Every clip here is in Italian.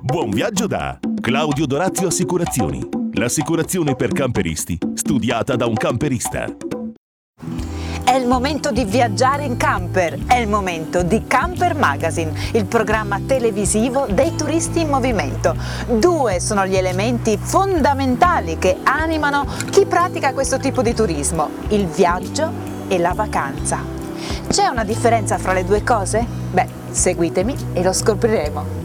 Buon viaggio da Claudio Dorazio Assicurazioni. L'assicurazione per camperisti, studiata da un camperista. È il momento di viaggiare in camper, è il momento di Camper Magazine, il programma televisivo dei turisti in movimento. Due sono gli elementi fondamentali che animano chi pratica questo tipo di turismo, il viaggio e la vacanza. C'è una differenza fra le due cose? Beh, seguitemi e lo scopriremo.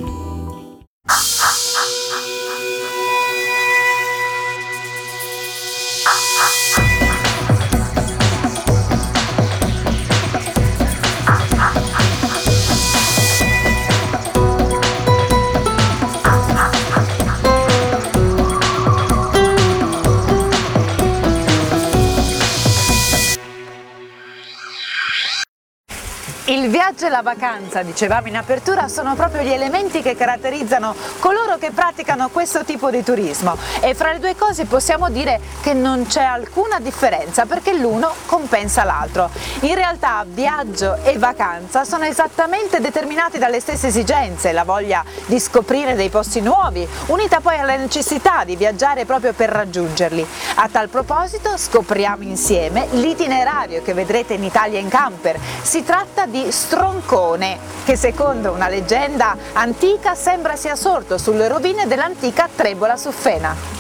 Il viaggio e la vacanza, dicevamo in apertura, sono proprio gli elementi che caratterizzano coloro che praticano questo tipo di turismo e fra le due cose possiamo dire che non c'è alcuna differenza perché l'uno compensa l'altro. In realtà viaggio e vacanza sono esattamente determinati dalle stesse esigenze, la voglia di scoprire dei posti nuovi, unita poi alla necessità di viaggiare proprio per raggiungerli. A tal proposito scopriamo insieme l'itinerario che vedrete in Italia in camper. Si tratta di Stroncone, che secondo una leggenda antica sembra sia sorto sulle rovine dell'antica Trebola su Fena.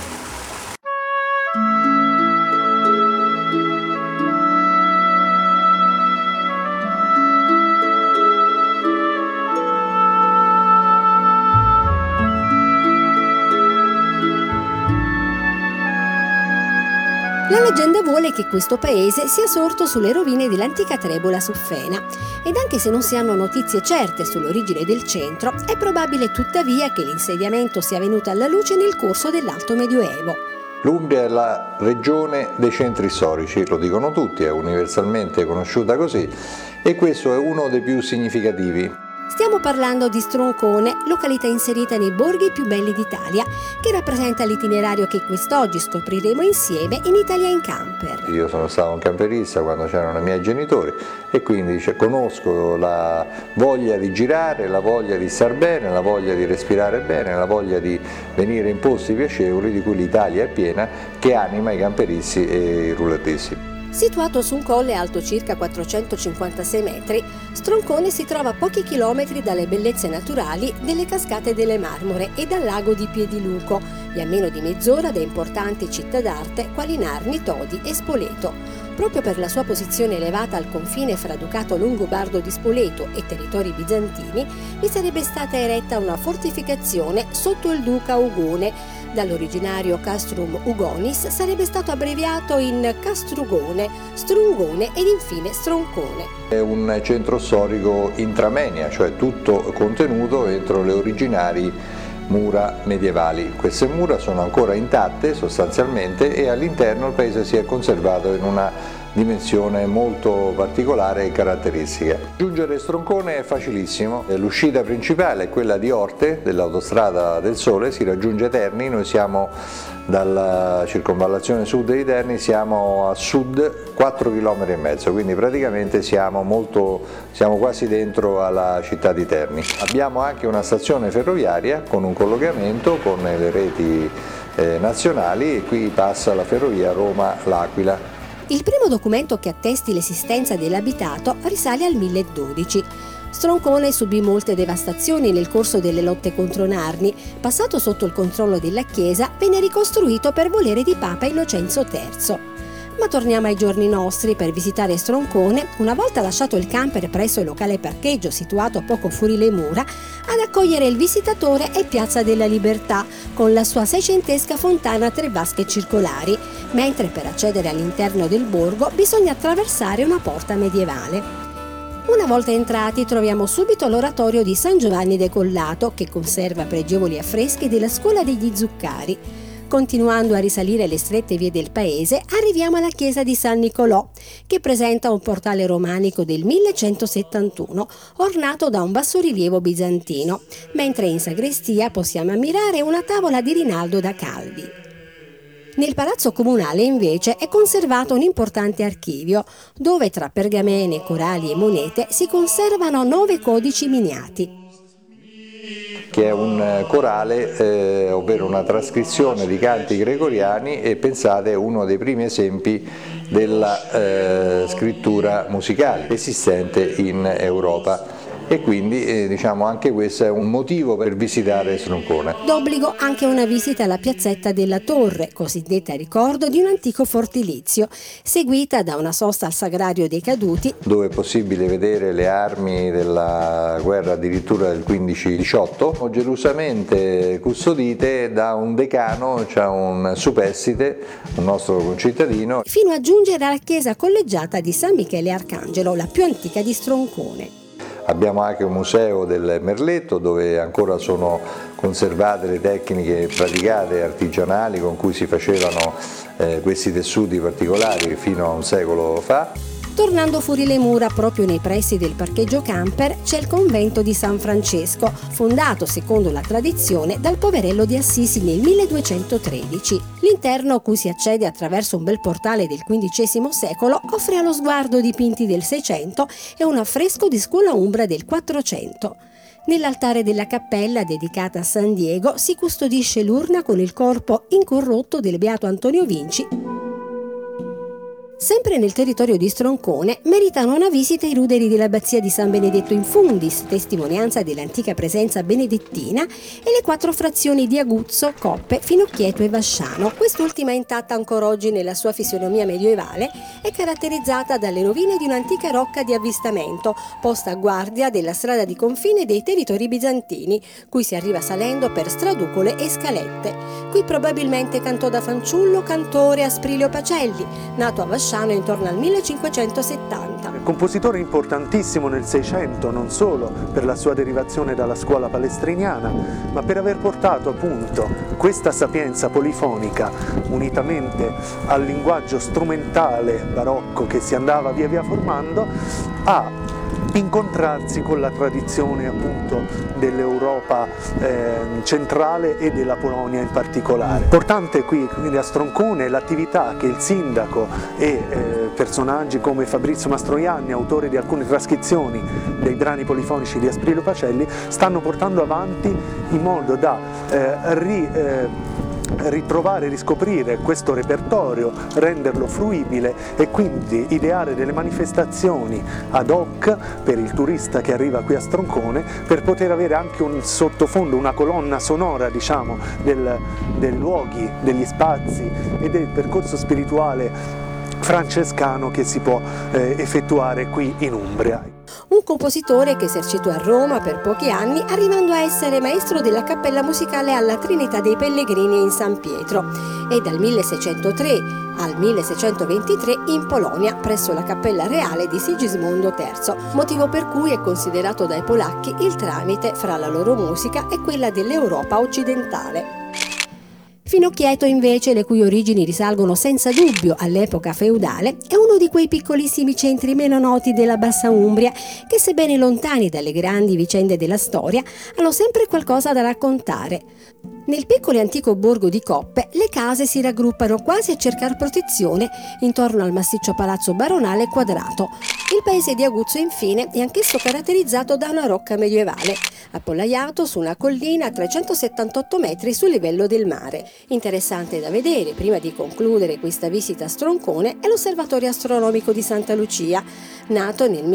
La leggenda vuole che questo paese sia sorto sulle rovine dell'antica Trebola su Fena ed anche se non si hanno notizie certe sull'origine del centro, è probabile tuttavia che l'insediamento sia venuto alla luce nel corso dell'Alto Medioevo. L'Umbria è la regione dei centri storici, lo dicono tutti, è universalmente conosciuta così e questo è uno dei più significativi. Stiamo parlando di Stroncone, località inserita nei borghi più belli d'Italia, che rappresenta l'itinerario che quest'oggi scopriremo insieme in Italia in camper. Io sono stato un camperista quando c'erano i miei genitori e quindi conosco la voglia di girare, la voglia di star bene, la voglia di respirare bene, la voglia di venire in posti piacevoli di cui l'Italia è piena, che anima i camperisti e i roulettisti. Situato su un colle alto circa 456 metri, Stroncone si trova a pochi chilometri dalle bellezze naturali delle Cascate delle Marmore e dal lago di Piediluco e a meno di mezz'ora da importanti città d'arte quali Narni, Todi e Spoleto. Proprio per la sua posizione elevata al confine fra Ducato Longobardo di Spoleto e territori bizantini, vi sarebbe stata eretta una fortificazione sotto il duca Ugone. Dall'originario Castrum Ugonis sarebbe stato abbreviato in Castrugone, Strungone ed infine Stroncone. È un centro storico intramenia, cioè tutto contenuto entro le originari mura medievali. Queste mura sono ancora intatte sostanzialmente e all'interno il paese si è conservato in una dimensione molto particolare e caratteristica. Giungere Stroncone è facilissimo, l'uscita principale è quella di Orte, dell'autostrada del Sole, si raggiunge Terni, noi siamo dalla circonvallazione sud di Terni, siamo a sud 4 km e mezzo, quindi praticamente siamo quasi dentro alla città di Terni. Abbiamo anche una stazione ferroviaria con un collegamento con le reti nazionali e qui passa la ferrovia Roma-L'Aquila. Il primo documento che attesti l'esistenza dell'abitato risale al 1012. Stroncone subì molte devastazioni nel corso delle lotte contro Narni. Passato sotto il controllo della Chiesa, venne ricostruito per volere di Papa Innocenzo III. Ma torniamo ai giorni nostri per visitare Stroncone, una volta lasciato il camper presso il locale parcheggio situato poco fuori le mura, ad accogliere il visitatore è Piazza della Libertà, con la sua seicentesca fontana a 3 vasche circolari, mentre per accedere all'interno del borgo bisogna attraversare una porta medievale. Una volta entrati troviamo subito l'oratorio di San Giovanni Decollato, che conserva pregevoli affreschi della scuola degli Zuccari. Continuando a risalire le strette vie del paese, arriviamo alla chiesa di San Nicolò, che presenta un portale romanico del 1171, ornato da un bassorilievo bizantino, mentre in sagrestia possiamo ammirare una tavola di Rinaldo da Calvi. Nel palazzo comunale invece è conservato un importante archivio, dove tra pergamene, corali e monete si conservano 9 codici miniati. che è un corale, ovvero una trascrizione di canti gregoriani, e pensate è uno dei primi esempi della scrittura musicale esistente in Europa. E quindi diciamo anche questo è un motivo per visitare Stroncone. D'obbligo anche una visita alla piazzetta della Torre, cosiddetta a ricordo di un antico fortilizio, seguita da una sosta al Sagrario dei Caduti, dove è possibile vedere le armi della guerra addirittura del 15-18, gelosamente custodite da un decano, cioè un superstite, un nostro concittadino, fino a giungere alla chiesa collegiata di San Michele Arcangelo, la più antica di Stroncone. Abbiamo anche un museo del merletto dove ancora sono conservate le tecniche praticate artigianali con cui si facevano questi tessuti particolari fino a un secolo fa. Tornando fuori le mura, proprio nei pressi del parcheggio camper, c'è il convento di San Francesco, fondato secondo la tradizione dal poverello di Assisi nel 1213. L'interno, a cui si accede attraverso un bel portale del XV secolo, offre allo sguardo dipinti del Seicento e un affresco di scuola umbra del 400. Nell'altare della cappella dedicata a San Diego si custodisce l'urna con il corpo incorrotto del beato Antonio Vinci. Sempre nel territorio di Stroncone meritano una visita i ruderi dell'abbazia di San Benedetto in Fundis, testimonianza dell'antica presenza benedettina, e le 4 frazioni di Aguzzo, Coppe, Finocchieto e Vasciano. Quest'ultima, intatta ancora oggi nella sua fisionomia medievale, è caratterizzata dalle rovine di un'antica rocca di avvistamento, posta a guardia della strada di confine dei territori bizantini, cui si arriva salendo per straducole e scalette. Qui probabilmente cantò da fanciullo cantore Asprilio Pacelli, nato a Vasciano intorno al 1570. Compositore importantissimo nel Seicento, non solo per la sua derivazione dalla scuola palestriniana, ma per aver portato appunto questa sapienza polifonica, unitamente al linguaggio strumentale barocco che si andava via via formando, a incontrarsi con la tradizione appunto dell'Europa centrale e della Polonia in particolare. Importante qui quindi a Stroncone l'attività che il sindaco e personaggi come Fabrizio Mastroianni, autore di alcune trascrizioni dei brani polifonici di Asprilio Pacelli, stanno portando avanti in modo da ritrovare, riscoprire questo repertorio, renderlo fruibile e quindi ideare delle manifestazioni ad hoc per il turista che arriva qui a Stroncone, per poter avere anche un sottofondo, una colonna sonora diciamo dei luoghi, degli spazi e del percorso spirituale francescano che si può effettuare qui in Umbria. Un compositore che esercitò a Roma per pochi anni, arrivando a essere maestro della cappella musicale alla Trinità dei Pellegrini in San Pietro, e dal 1603 al 1623 in Polonia presso la Cappella Reale di Sigismondo III, motivo per cui è considerato dai polacchi il tramite fra la loro musica e quella dell'Europa occidentale. Finocchieto, invece, le cui origini risalgono senza dubbio all'epoca feudale, è uno di quei piccolissimi centri meno noti della Bassa Umbria che, sebbene lontani dalle grandi vicende della storia, hanno sempre qualcosa da raccontare. Nel piccolo e antico borgo di Coppe le case si raggruppano quasi a cercar protezione intorno al massiccio palazzo baronale quadrato. Il paese di Aguzzo, infine, è anch'esso caratterizzato da una rocca medievale, appollaiato su una collina a 378 metri sul livello del mare. Interessante da vedere, prima di concludere questa visita a Stroncone, è l'Osservatorio Astronomico di Santa Lucia, nato nel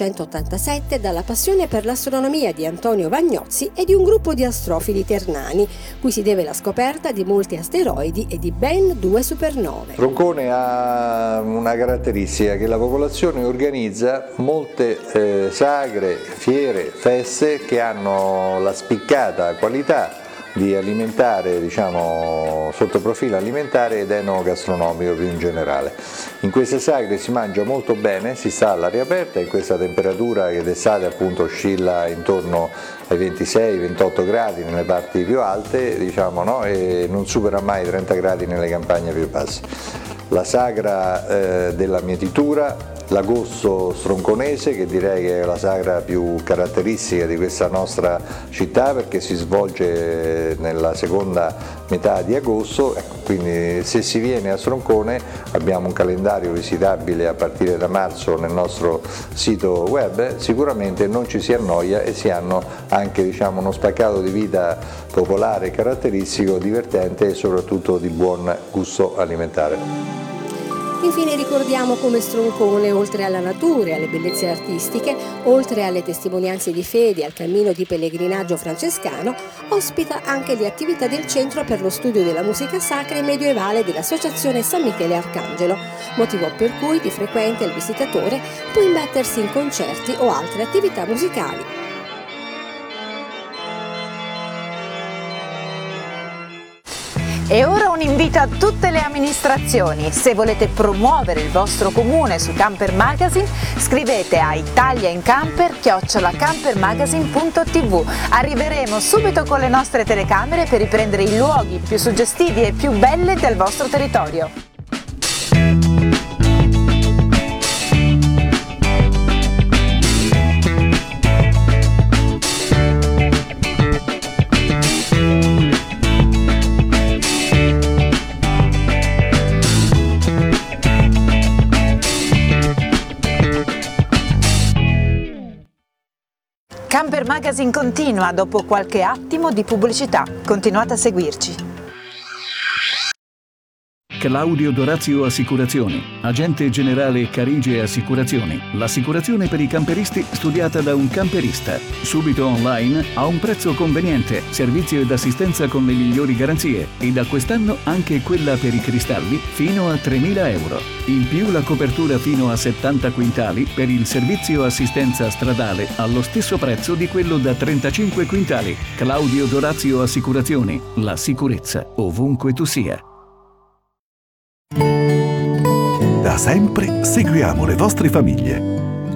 1987 dalla passione per l'astronomia di Antonio Vagnozzi e di un gruppo di astrofili ternani, cui si deve la scoperta di molti asteroidi e di ben 2 supernove. Stroncone ha una caratteristica, che la popolazione organizza molte sagre, fiere, feste che hanno la spiccata qualità di alimentare, diciamo, sotto profilo alimentare ed enogastronomico più in generale. In queste sagre si mangia molto bene, si sta all'aria aperta, in questa temperatura che d'estate appunto oscilla intorno ai 26-28 gradi nelle parti più alte, diciamo, no? E non supera mai i 30 gradi nelle campagne più basse. La sagra della mietitura l'agosto stronconese, che direi che è la sagra più caratteristica di questa nostra città, perché si svolge nella seconda metà di agosto. Quindi se si viene a Stroncone abbiamo un calendario visitabile a partire da marzo nel nostro sito web, sicuramente non ci si annoia e si hanno anche, diciamo, uno spaccato di vita popolare, caratteristico, divertente e soprattutto di buon gusto alimentare. Infine ricordiamo come Stroncone, oltre alla natura e alle bellezze artistiche, oltre alle testimonianze di fede e al cammino di pellegrinaggio francescano, ospita anche le attività del Centro per lo Studio della Musica Sacra e Medievale dell'Associazione San Michele Arcangelo, motivo per cui di frequente il visitatore può immettersi in concerti o altre attività musicali. E ora un invito a tutte le amministrazioni: se volete promuovere il vostro comune su Camper Magazine, scrivete a italiaincamper@campermagazine.tv. Arriveremo subito con le nostre telecamere per riprendere i luoghi più suggestivi e più belli del vostro territorio. Camper Magazine continua dopo qualche attimo di pubblicità. Continuate a seguirci. Claudio Dorazio Assicurazioni, agente generale Carige Assicurazioni. L'assicurazione per i camperisti studiata da un camperista. Subito online, a un prezzo conveniente, servizio ed assistenza con le migliori garanzie e da quest'anno anche quella per i cristalli fino a 3.000 euro. In più la copertura fino a 70 quintali per il servizio assistenza stradale allo stesso prezzo di quello da 35 quintali. Claudio Dorazio Assicurazioni, la sicurezza ovunque tu sia. Da sempre seguiamo le vostre famiglie.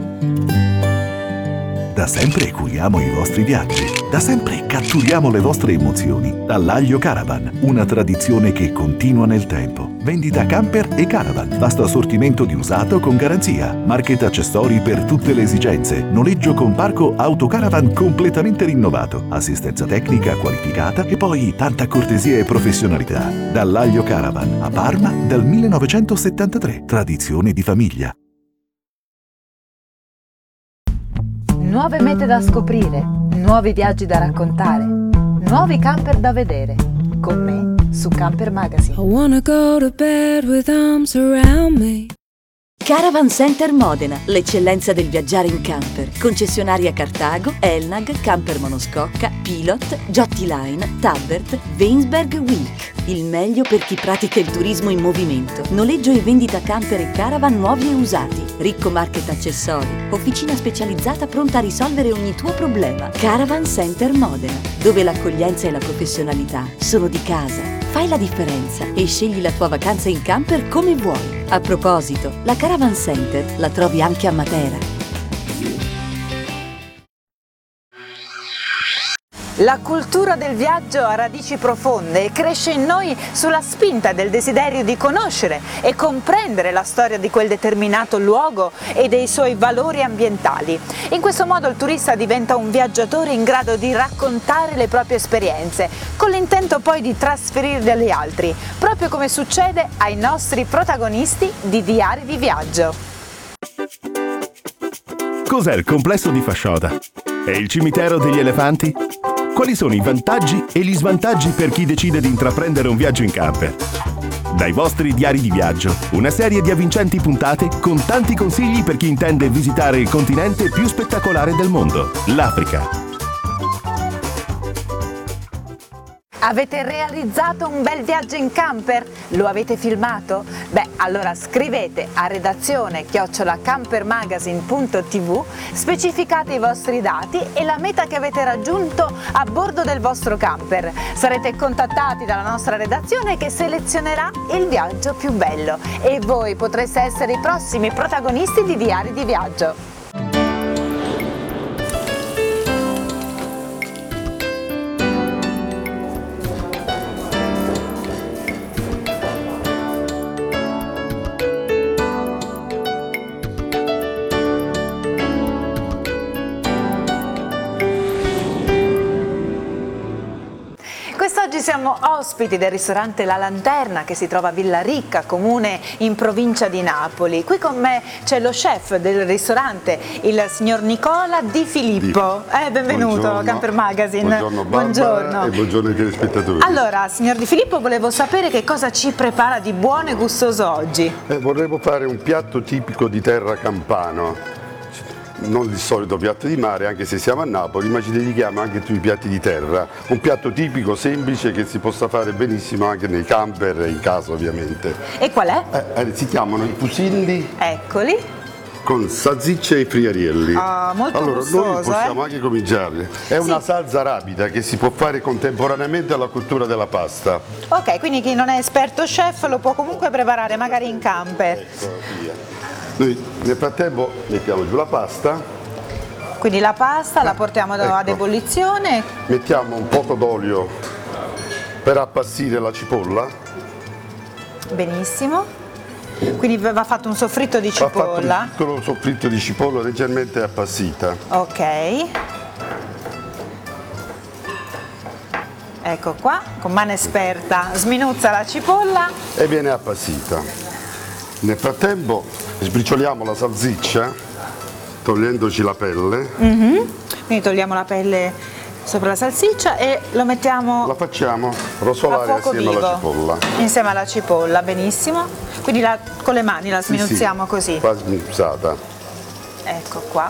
Da sempre curiamo i vostri viaggi. Da sempre catturiamo le vostre emozioni. Dall'Aglio Caravan, una tradizione che continua nel tempo. Vendita camper e caravan. Vasto assortimento di usato con garanzia. Market accessori per tutte le esigenze. Noleggio con parco autocaravan completamente rinnovato. Assistenza tecnica qualificata e poi tanta cortesia e professionalità. Dall'Aglio Caravan a Parma dal 1973. Tradizione di famiglia. Nuove mete da scoprire, nuovi viaggi da raccontare, nuovi camper da vedere. Con me su Camper Magazine. I wanna go to bed with arms around me. Caravan Center Modena, l'eccellenza del viaggiare in camper. Concessionaria Cartago, Elnag, Camper Monoscocca, Pilot, Jotti Line, Tabbert, Weinsberg, Wilk. Il meglio per chi pratica il turismo in movimento. Noleggio e vendita camper e caravan nuovi e usati. Ricco market accessori. Officina specializzata pronta a risolvere ogni tuo problema. Caravan Center Modena, dove l'accoglienza e la professionalità sono di casa. Fai la differenza e scegli la tua vacanza in camper come vuoi. A proposito, la Caravan Center la trovi anche a Matera. La cultura del viaggio ha radici profonde e cresce in noi sulla spinta del desiderio di conoscere e comprendere la storia di quel determinato luogo e dei suoi valori ambientali. In questo modo il turista diventa un viaggiatore in grado di raccontare le proprie esperienze, con l'intento poi di trasferirle agli altri, proprio come succede ai nostri protagonisti di Diari di Viaggio. Cos'è il complesso di Fascioda? È il cimitero degli elefanti? Quali sono i vantaggi e gli svantaggi per chi decide di intraprendere un viaggio in camper? Dai vostri diari di viaggio, una serie di avvincenti puntate con tanti consigli per chi intende visitare il continente più spettacolare del mondo, l'Africa. Avete realizzato un bel viaggio in camper? Lo avete filmato? Beh, allora scrivete a redazione@campermagazine.tv, specificate i vostri dati e la meta che avete raggiunto a bordo del vostro camper. Sarete contattati dalla nostra redazione che selezionerà il viaggio più bello e voi potreste essere i prossimi protagonisti di Diari di Viaggio. Oggi siamo ospiti del ristorante La Lanterna che si trova a Villaricca, comune in provincia di Napoli. Qui con me c'è lo chef del ristorante, il signor Nicola Di Filippo. Benvenuto Buongiorno. a Camper Magazine. Buongiorno Barbara e buongiorno ai telespettatori. Allora, signor Di Filippo, volevo sapere che cosa ci prepara di buono e gustoso oggi. Vorremmo fare un piatto tipico di terra campano, non il solito piatto di mare, anche se siamo a Napoli, ma ci dedichiamo anche ai piatti di terra. Un piatto tipico, semplice, che si possa fare benissimo anche nei camper e in casa ovviamente. E qual è? Si chiamano i fusilli Eccoli. con salsicce e friarielli. Molto allora, gustoso, noi possiamo anche cominciare. È una salsa rapida che si può fare contemporaneamente alla cottura della pasta. Ok, quindi chi non è esperto chef lo può comunque preparare magari in camper. Ecco, via. Noi nel frattempo mettiamo giù la pasta. Quindi la pasta la portiamo ad ebollizione. Mettiamo un poco d'olio per appassire la cipolla. Benissimo. Quindi va fatto un soffritto di Va fatto cipolla. un piccolo soffritto di cipolla leggermente appassita. Ok. Ecco qua, con mano esperta, sminuzza la cipolla. E viene appassita. Nel frattempo sbricioliamo la salsiccia togliendoci la pelle. Quindi togliamo la pelle sopra la salsiccia e lo mettiamo La facciamo a rosolare fuoco assieme vivo. alla cipolla. Insieme alla cipolla, benissimo. Quindi con le mani la sminuzziamo così. Qua sminuzzata. Ecco qua.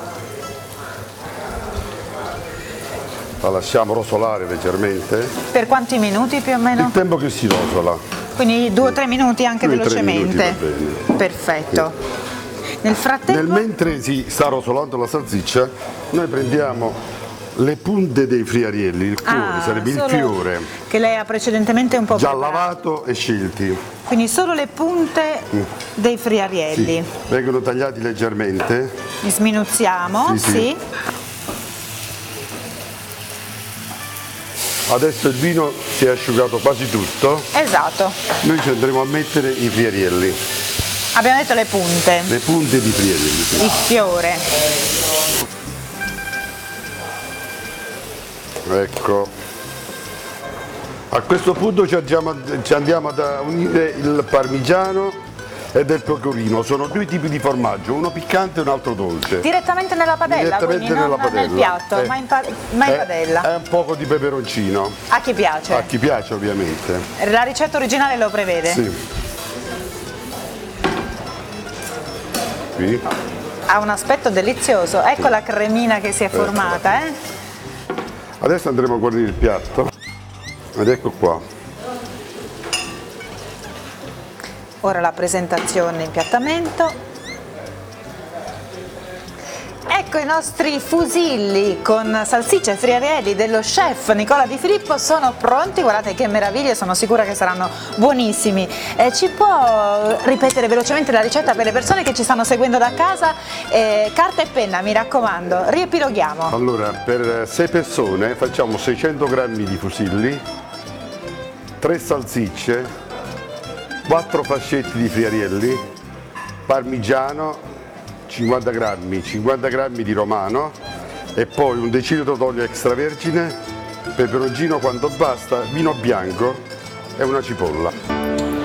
La lasciamo rosolare leggermente. Per quanti minuti più o meno? Il tempo che si rosola. Quindi 2 o 3 minuti anche 2 o 3 velocemente. minuti va bene. Perfetto. Nel frattempo Mentre si sta rosolando la salsiccia, noi prendiamo le punte dei friarielli, il cuore, sarebbe il solo fiore, che lei ha precedentemente un po' già preparato. lavato e scelti. Quindi solo le punte dei friarielli. Sì. Vengono tagliati leggermente. Li sminuzziamo, Sì. sì. Adesso il vino si è asciugato quasi tutto. Esatto. Noi ci andremo a mettere i friarielli, Abbiamo detto le punte, le punte di friarielli. Sì. il fiore. Ecco. A questo punto ci andiamo ad unire il parmigiano e del pecorino. Sono 2 tipi di formaggio, uno piccante e un altro dolce. Direttamente nella padella, Direttamente quindi non nella padella. nel piatto, ma in padella. È un poco di peperoncino, A chi piace? a chi piace ovviamente. La ricetta originale lo prevede? Sì. Qui. Ha un aspetto delizioso. Ecco la cremina che si è formata, eh? Adesso andremo a guardare il piatto. Ed ecco qua. Ora la presentazione, l'impiattamento. Ecco i nostri fusilli con salsicce e friarielli dello chef Nicola Di Filippo sono pronti. Guardate che meraviglia, sono sicura che saranno buonissimi. Ci può ripetere velocemente la ricetta per le persone che ci stanno seguendo da casa? Carta e penna, mi raccomando, riepiloghiamo. Allora, per 6 persone facciamo 600 grammi di fusilli, 3 salsicce, 4 fascetti di friarielli, parmigiano, 50 grammi di romano e poi un decilitro d'olio extravergine, peperoncino quanto basta, vino bianco e una cipolla.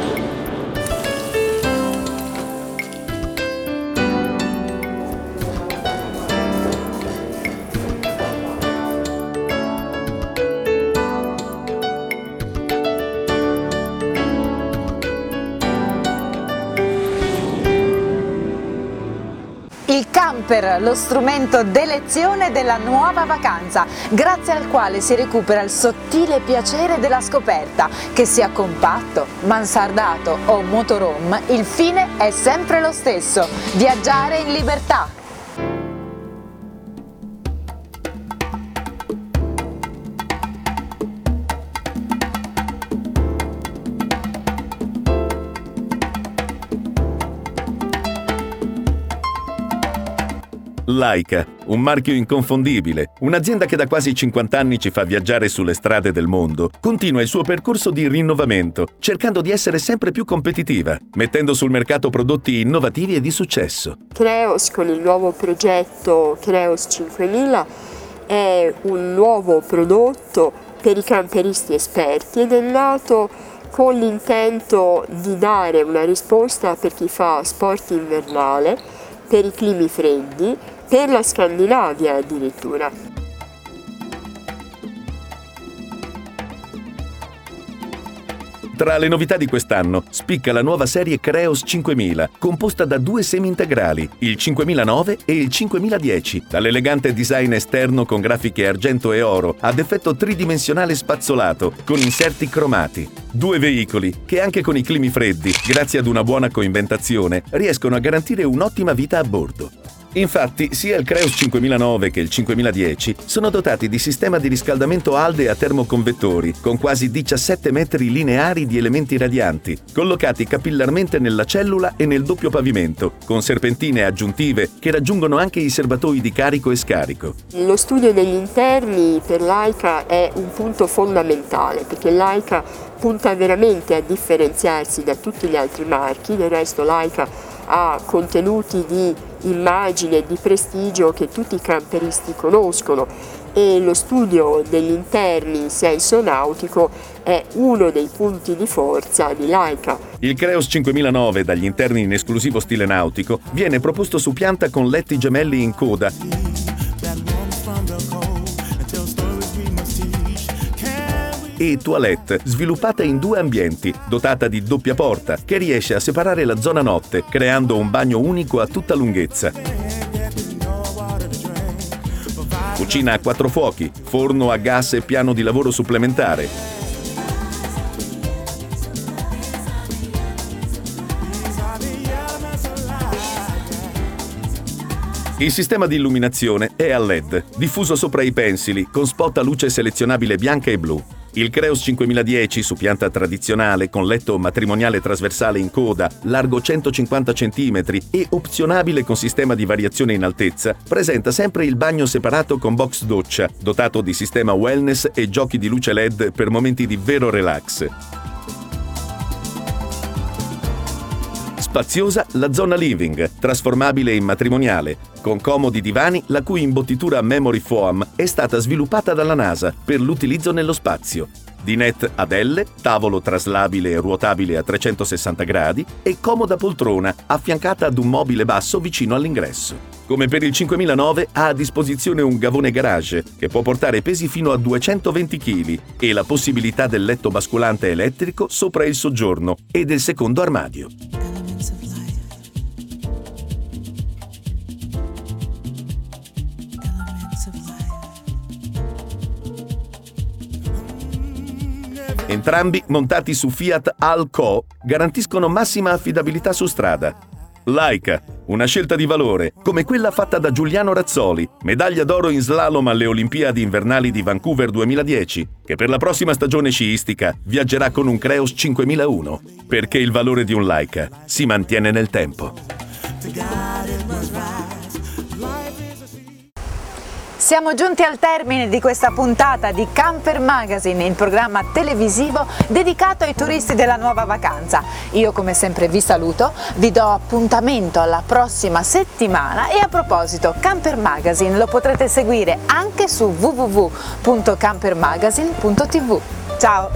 Il camper, lo strumento d'elezione della nuova vacanza, grazie al quale si recupera il sottile piacere della scoperta. Che sia compatto, mansardato o motorhome, il fine è sempre lo stesso: viaggiare in libertà. Laika, un marchio inconfondibile, un'azienda che da quasi 50 anni ci fa viaggiare sulle strade del mondo, continua il suo percorso di rinnovamento, cercando di essere sempre più competitiva, mettendo sul mercato prodotti innovativi e di successo. Creos, con il nuovo progetto Creos 5000, è un nuovo prodotto per i camperisti esperti ed è nato con l'intento di dare una risposta per chi fa sport invernale, per i climi freddi, per la Scandinavia addirittura. Tra le novità di quest'anno spicca la nuova serie Kreos 5000, composta da 2 semi-integrali, il 5009 e il 5010, dall'elegante design esterno con grafiche argento e oro ad effetto tridimensionale spazzolato, con inserti cromati. 2 veicoli che anche con i climi freddi, grazie ad una buona coinventazione, riescono a garantire un'ottima vita a bordo. Infatti, sia il Kreos 5009 che il 5010 sono dotati di sistema di riscaldamento ALDE a termoconvettori, con quasi 17 metri lineari di elementi radianti, collocati capillarmente nella cellula e nel doppio pavimento, con serpentine aggiuntive che raggiungono anche i serbatoi di carico e scarico. Lo studio degli interni per Leica è un punto fondamentale, perché Leica punta veramente a differenziarsi da tutti gli altri marchi. Del resto Leica ha contenuti di immagine e di prestigio che tutti i camperisti conoscono e lo studio degli interni in senso nautico è uno dei punti di forza di Leica. Il Kreos 5009, dagli interni in esclusivo stile nautico, viene proposto su pianta con letti gemelli in coda e toilette sviluppata in 2 ambienti, dotata di doppia porta, che riesce a separare la zona notte, creando un bagno unico a tutta lunghezza. Cucina a 4 fuochi, forno a gas e piano di lavoro supplementare. Il sistema di illuminazione è a LED, diffuso sopra i pensili, con spot a luce selezionabile bianca e blu. Il Kreos 5010, su pianta tradizionale, con letto matrimoniale trasversale in coda, largo 150 cm e opzionabile con sistema di variazione in altezza, presenta sempre il bagno separato con box doccia, dotato di sistema wellness e giochi di luce LED per momenti di vero relax. Spaziosa la zona living, trasformabile in matrimoniale, con comodi divani la cui imbottitura memory foam è stata sviluppata dalla NASA per l'utilizzo nello spazio. Dinette ad L, tavolo traslabile e ruotabile a 360 gradi e comoda poltrona affiancata ad un mobile basso vicino all'ingresso. Come per il 5009 ha a disposizione un gavone garage che può portare pesi fino a 220 kg e la possibilità del letto basculante elettrico sopra il soggiorno e del secondo armadio. Entrambi, montati su Fiat Al-Co, garantiscono massima affidabilità su strada. Leica, una scelta di valore, come quella fatta da Giuliano Razzoli, medaglia d'oro in slalom alle Olimpiadi invernali di Vancouver 2010, che per la prossima stagione sciistica viaggerà con un Kreos 5001, perché il valore di un Leica si mantiene nel tempo. Siamo giunti al termine di questa puntata di Camper Magazine, il programma televisivo dedicato ai turisti della nuova vacanza. Io come sempre vi saluto, vi do appuntamento alla prossima settimana e a proposito, Camper Magazine lo potrete seguire anche su www.campermagazine.tv. Ciao!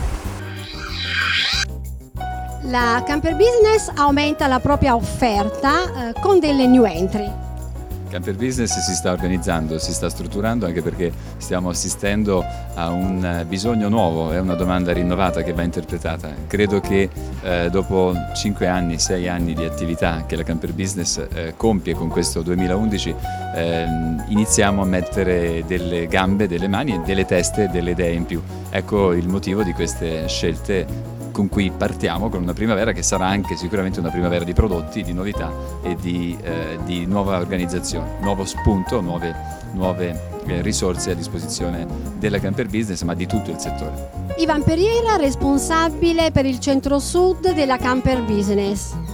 La Camper Business aumenta la propria offerta con delle new entry. Camper Business si sta organizzando, si sta strutturando anche perché stiamo assistendo a un bisogno nuovo, è una domanda rinnovata che va interpretata. Credo che dopo 5 anni, 6 anni di attività che la Camper Business compie con questo 2011, iniziamo a mettere delle gambe, delle mani e delle teste, delle idee in più. Ecco il motivo di queste scelte con cui partiamo con una primavera che sarà anche sicuramente una primavera di prodotti, di novità e di nuova organizzazione, nuovo spunto, nuove risorse a disposizione della Camper Business, ma di tutto il settore. Ivan Periera, responsabile per il centro-sud della Camper Business.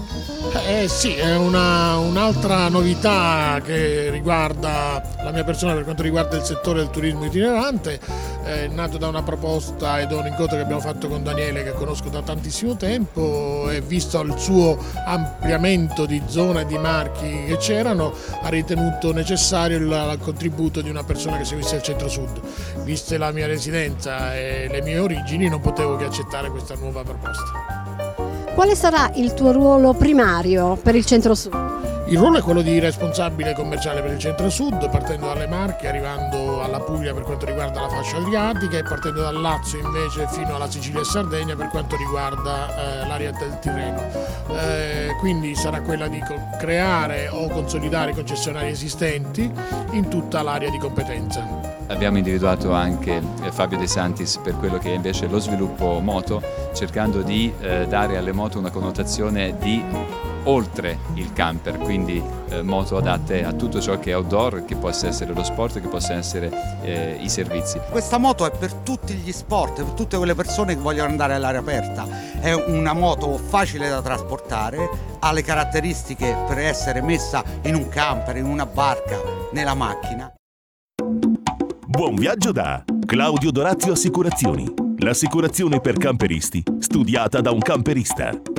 Sì, è un'altra novità che riguarda la mia persona per quanto riguarda il settore del turismo itinerante. È nato da una proposta e da un incontro che abbiamo fatto con Daniele, che conosco da tantissimo tempo, e visto il suo ampliamento di zone e di marchi che c'erano, ha ritenuto necessario il contributo di una persona che seguisse il centro-sud. Viste la mia residenza e le mie origini, non potevo che accettare questa nuova proposta. Quale sarà il tuo ruolo primario per il centro-sud? Il ruolo è quello di responsabile commerciale per il centro-sud, partendo dalle Marche, arrivando alla Puglia per quanto riguarda la fascia adriatica, e partendo dal Lazio invece fino alla Sicilia e Sardegna per quanto riguarda l'area del Tirreno. Quindi sarà quella di creare o consolidare concessionari esistenti in tutta l'area di competenza. Abbiamo individuato anche Fabio De Santis per quello che è invece lo sviluppo moto, cercando di dare alle moto una connotazione di oltre il camper, quindi moto adatte a tutto ciò che è outdoor, che possa essere lo sport, che possa essere i servizi. Questa moto è per tutti gli sport, per tutte quelle persone che vogliono andare all'aria aperta. È una moto facile da trasportare, ha le caratteristiche per essere messa in un camper, in una barca, nella macchina. Buon viaggio da Claudio Dorazio Assicurazioni, l'assicurazione per camperisti studiata da un camperista.